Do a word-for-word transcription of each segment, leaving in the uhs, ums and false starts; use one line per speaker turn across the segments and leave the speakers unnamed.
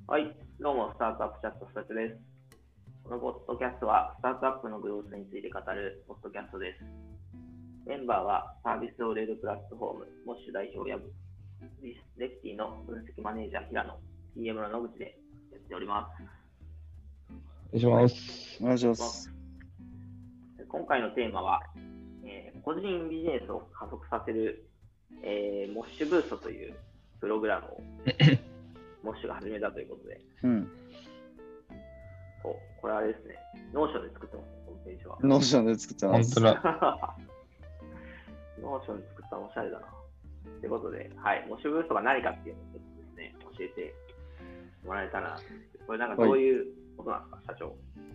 はい、どうも、スタートアップチャットスタジオです。このポッドキャストは、スタートアップのグロースについて語るポッドキャストです。メンバーは、サービスを売れるプラットフォーム、モッシュ代表やレクティの分析マネージャー、平野、ピーエム の野口でやっております。
お願いします。
お願いします。
今回のテーマは、えー、個人ビジネスを加速させる、えー、モッシュブーストというプログラムをモッシュが始めたということで、
うん、
おこれあれですね、ノーションで作ってますね、このページは。
ノーションで作ってます。
本当だ。
ノーションで作ったらおしゃれだな。ということで、はい、モッシュブーストが何かっていうのをちょっとですね、教えてもらえたら、これなんかどういうことなんですか、はい、社長。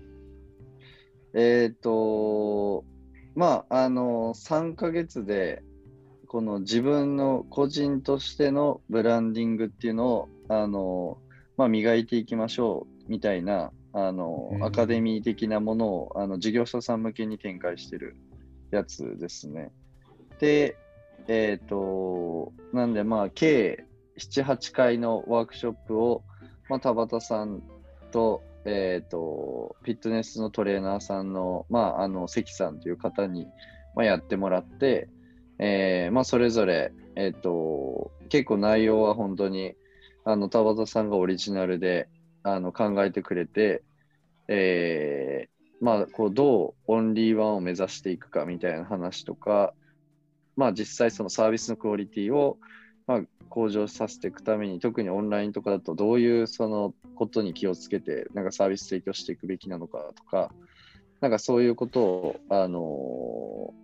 えっ、ー、と、まあ、あの、さんかげつで、この自分の個人としてのブランディングっていうのを、あの、まあ、磨いていきましょうみたいな、あの、アカデミー的なものを、あの、事業者さん向けに展開してるやつですね。で、えっ、ー、と、なんで、まあ、計なな、はちかいのワークショップを、まあ、田畑さんと、えっ、ー、と、フィットネスのトレーナーさんの、まあ、あの、関さんという方に、まあ、やってもらって、えー、まあ、それぞれ、えっ、ー、と、結構内容は本当に、あの、田畑さんがオリジナルで、あの、考えてくれて、えー、まあ、こう、どうオンリーワンを目指していくかみたいな話とか、まあ、実際そのサービスのクオリティを、まあ、向上させていくために、特にオンラインとかだとどういうそのことに気をつけて、なんかサービス提供していくべきなのかとか、なんかそういうことを、あのー、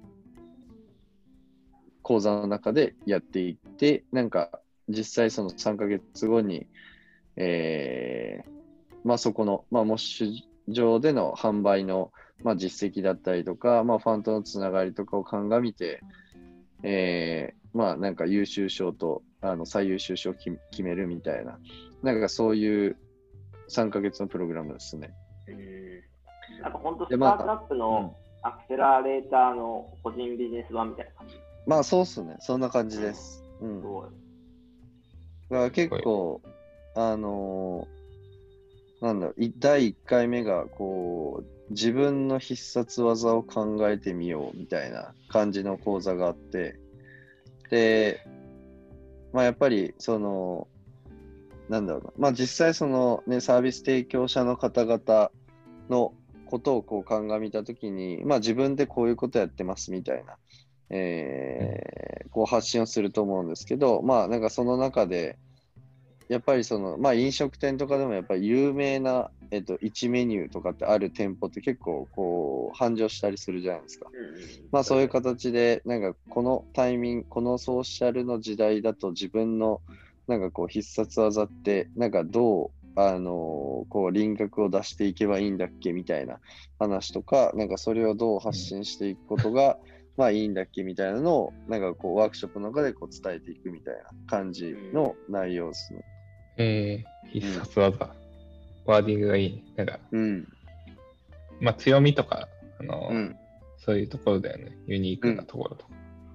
講座の中でやっていって、なんか実際そのさんかげつごに、えー、まあそこの、まあ、モッシュ上での販売の、まあ、実績だったりとか、まあ、ファンとのつながりとかを鑑みて、えー、まあなんか優秀賞とあの最優秀賞を決めるみたいな、なんかそういうさんかげつのプログラムですね。
うん、なんか本当スタートアップのアクセラレーターの個人ビジネス版みたいな感じ。
まあそうっすね、そんな感じです。うん。うん、すごい。だから結構、あのー、なんだろう、だいいっかいめがこう、自分の必殺技を考えてみようみたいな感じの講座があって、で、まあやっぱりその、なんだろうな、まあ実際そのね、サービス提供者の方々のことをこう鑑みたときに、まあ自分でこういうことやってますみたいな、えー、こう発信をすると思うんですけど、まあなんかその中で、やっぱりその、まあ飲食店とかでもやっぱり有名な、えっと、いちメニューとかってある店舗って結構こう繁盛したりするじゃないですか。まあそういう形で、なんかこのタイミング、このソーシャルの時代だと自分のなんかこう必殺技って、なんかどう、あのー、こう輪郭を出していけばいいんだっけみたいな話とか、なんかそれをどう発信していくことが、まあいいんだっけみたいなのを、なんかこうワークショップの中でこう伝えていくみたいな感じの内容ですね。
えー、必殺技、うん、ワーディングがいいね。なんか、
うん、
まあ強みとか、あの、
うん、
そういうところだよね。ユニークなところとか。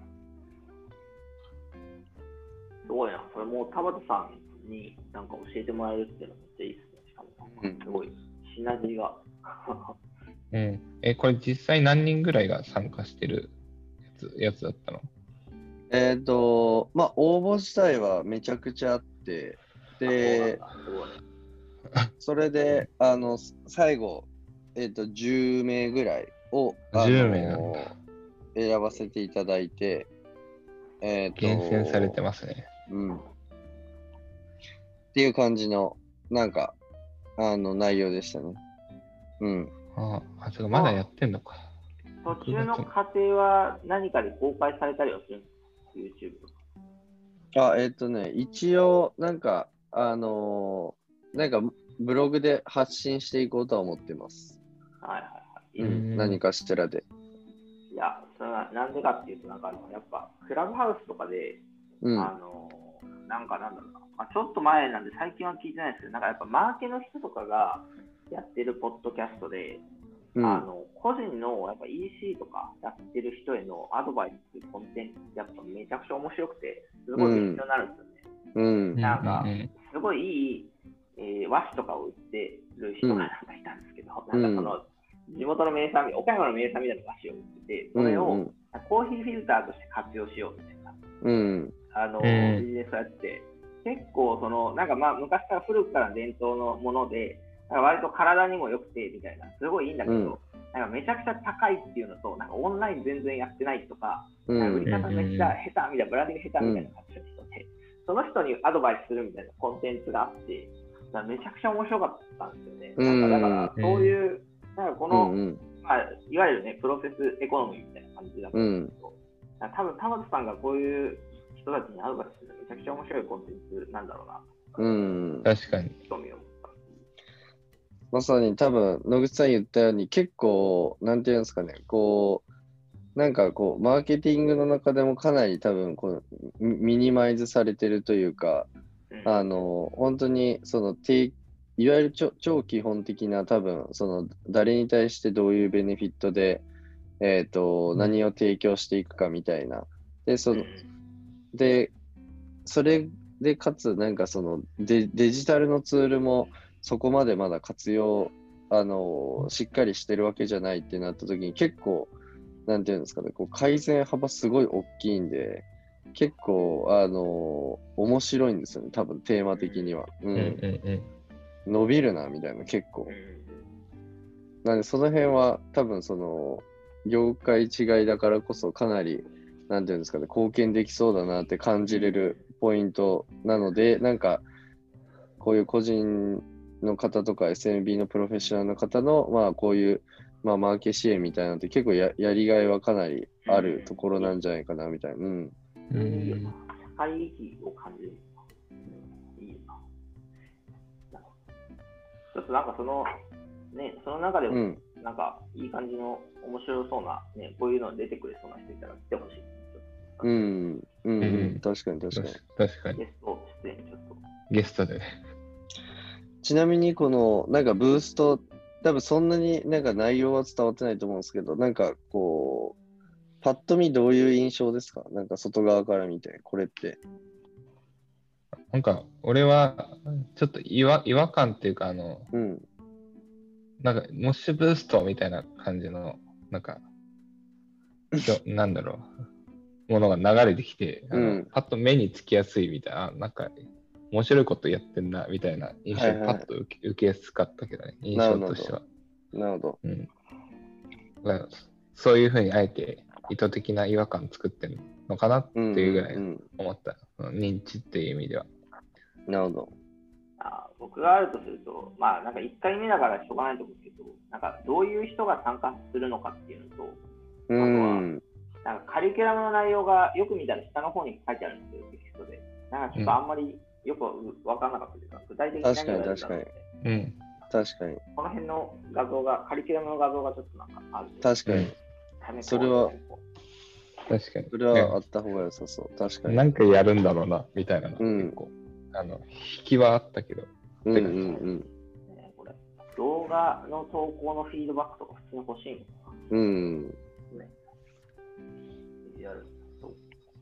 うん、すごいな。それもう田畑さんになんか教えてもらえるっていうのもめっちゃいいですね。しかも、うん、すごいシナジーが。
うん。え、これ実際何人ぐらいが参加してるやつ、やつだったの？
えっ、ー、と、まあ応募自体はめちゃくちゃあって、で、それで、あの、最後、えっ、ー、と、じゅうめいぐらいを、あのー、選ばせていただいて、えっ、ー、と、
厳選されてますね。
うん。っていう感じの、なんか、あの、内容でしたね。うん。
ああ、ちょっとまだやってんのか。
途中の過程は何かで公開されたりはするんですか？ YouTube と
か。あ、えっ、ー、とね、一応、なんか、あのー、なんか、ブログで発信していこうとは思ってます。
はいはいはい。
うん、何かしらで。
いや、それはなんでかっていうと、なんかあの、やっぱ、クラブハウスとかで、うん、あの、なんかなんだろうな、まあ、ちょっと前なんで最近は聞いてないですけど、なんかやっぱマーケの人とかがやってるポッドキャストで、うん、あの個人のやっぱ イーシー とかやってる人へのアドバイスコンテンツってやっぱめちゃくちゃ面白くて、すごい勉強になるんですよね。うん、なんか、すごいいいえー、和紙とかを売ってる人がなんかいたんですけど、うん、なんかその、地元の名産品、岡山の名産みたいな和紙を売ってて、それを、うんうん、コーヒーフィルターとして活用しようみたいな、うん、あの、うん、ビジネスをやって、結構その、なんかまあ昔から古くから伝統のもので、なんか割と体にも良くてみたいな、すごいいいんだけど、うん、なんかめちゃくちゃ高いっていうのと、なんかオンライン全然やってないとか、うん、なんか売り方めっちゃ下手みたいな、ブランディング下手みたいな感じの人で、その人にアドバイスするみたいなコンテンツがあって、めちゃくちゃ面白かったんですよね。なんかだからそういう、なんかこの、うんうんまあ、いわゆるね、プロセスエコノミーみたいな感じだったんですけど、うん、多分田本さんがこういう人たちにアドバイスするのめちゃくちゃ面白いコンテンツなんだろうな。
うん、確かに。
まさに多分野口さん言ったように結構なんていうんですかね、こうなんかこうマーケティングの中でもかなり多分こうミニマイズされてるというか、うん、あの本当にその低いわゆる超、超基本的な多分その誰に対してどういうベネフィットで、えーと、何を提供していくかみたいな。で、そのでそれでかつなんかその デ, デジタルのツールもそこまでまだ活用あのしっかりしてるわけじゃないってなった時に結構なんていうんですかね、こう改善幅すごい大きいんで結構あの面白いんですよね、多分テーマ的には。うん。うんうんうん伸びるなみたいな結構。なんでその辺は多分その業界違いだからこそかなりなんていうんですかね貢献できそうだなって感じれるポイントなのでなんかこういう個人の方とか エスエムビー のプロフェッショナルの方のまあこういうまあマーケ支援みたいなのって結構 や, やりがいはかなりあるところなんじゃないかなみたいな。うん。
うん。社会意義を感じる。ちょっとなんかその、ね、その中でも、なんかいい感じの面白そうな、ね、こういうの出てくれそうな人いたら来てほしい。
うん、うん、うん、確かに確かに。
確かに。
ゲスト出演ちょっと。
ゲストでね。
ちなみにこの、なんかブースト、多分そんなになんか内容は伝わってないと思うんですけど、なんかこう、パッと見どういう印象ですか？なんか外側から見て、これって。
なんか、俺は、ちょっと違和、違和感っていうか、あの、
うん、
なんか、モッシュブーストみたいな感じの、なんか、なんだろう、ものが流れてきて、あの、うん、パッと目につきやすいみたいな、なんか、面白いことやってんな、みたいな印象、はいはい、パッと受け、受けやすかったけどね、印象としては。
なるほど。
うん。だからそういうふうにあえて意図的な違和感作ってるのかなっていうぐらい思った。うんうんうん、認知っていう意味では。
なるほど。
あ僕があるとすると、まあなんかいっかいめだからしょうがないと思うんですけど、なんかどういう人が参加するのかっていうのと、
うん、
あとはなんかカリキュラムの内容がよく見たら下の方に書いてあるんですよ、テキストで。なんかちょっとあんまりよく分からなかったというか、うん、具体的に何がやるんだろうって。
うん、
確かに。
この辺の画像が、カリキュラムの画像がちょっとなんかある。
確かに。うん、それは、
確かに。
それはあった方が良さそう。確かに。
なんかやるんだろうな、みたいなのが結構、うん、あの、引きはあったけど。
うんうんうん。
ね、これ動画の投稿のフィードバックとか普通に欲しいのかな。
うん。
ね、やるそう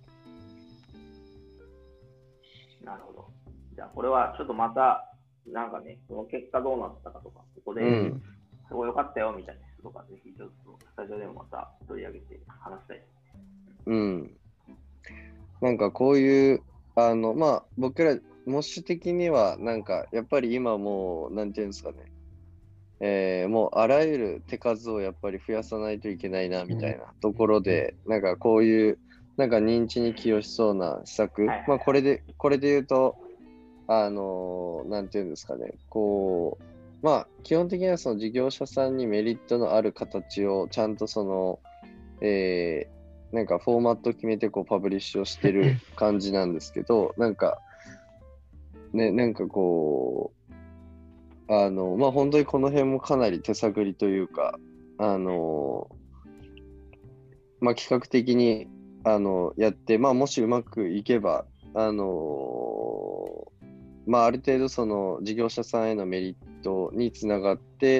なるほど。じゃあ、これはちょっとまた、なんかね、その結果どうなったかとか、ここで、すごい良かったよみたいな人とか、ぜひちょっとスタジオでもまた取り上げて話したいですね。
うん。なんかこういう、あの、まあ、僕ら、モッシュ的には、なんか、やっぱり今もう、なんていうんですかね、えー、もうあらゆる手数をやっぱり増やさないといけないな、みたいなところで、うん、なんかこういう、なんか認知に寄与しそうな施策、はいはいはい、まあ、これで、これで言うと、あのー、なんていうんですかね、こう、まあ、基本的にはその事業者さんにメリットのある形をちゃんとその、えー、なんかフォーマットを決めてこうパブリッシュをしてる感じなんですけど、なんか、ね、なんかこう、あの、まあ、本当にこの辺もかなり手探りというか、あの、まあ、企画的に、あの、やって、まあ、もしうまくいけば、あの、まあ、ある程度その事業者さんへのメリットにつながって、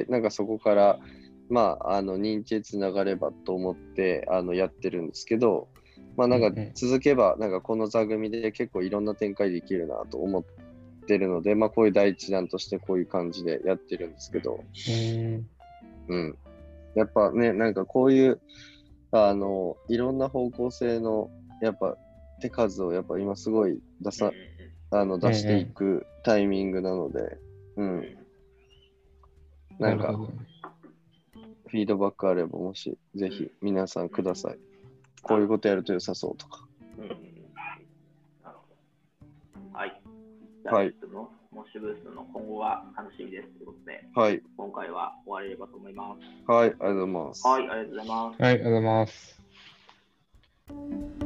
なんかそこから、まあ、あの認知へつながればと思ってあのやってるんですけど、まあ、なんか続けば、なんかこの座組で結構いろんな展開できるなと思っってるので、まあこういう第一弾としてこういう感じでやってるんですけど、うん。やっぱね、なんかこういう、あの、いろんな方向性の、やっぱ手数をやっぱ今すごい出さ、あの出していくタイミングなので、うん。なんか、フィードバックあれば、もし、ぜひ皆さんください。こういうことやると良さそうとか。
うん。なるほど。はい。じゃあ、はい、モッシュブースの今後は楽しみですということで、
はい。
今回は終われればと思います。
はい、ありがとうございます。
はい、ありがとうございます。
はい、ありがとうございます。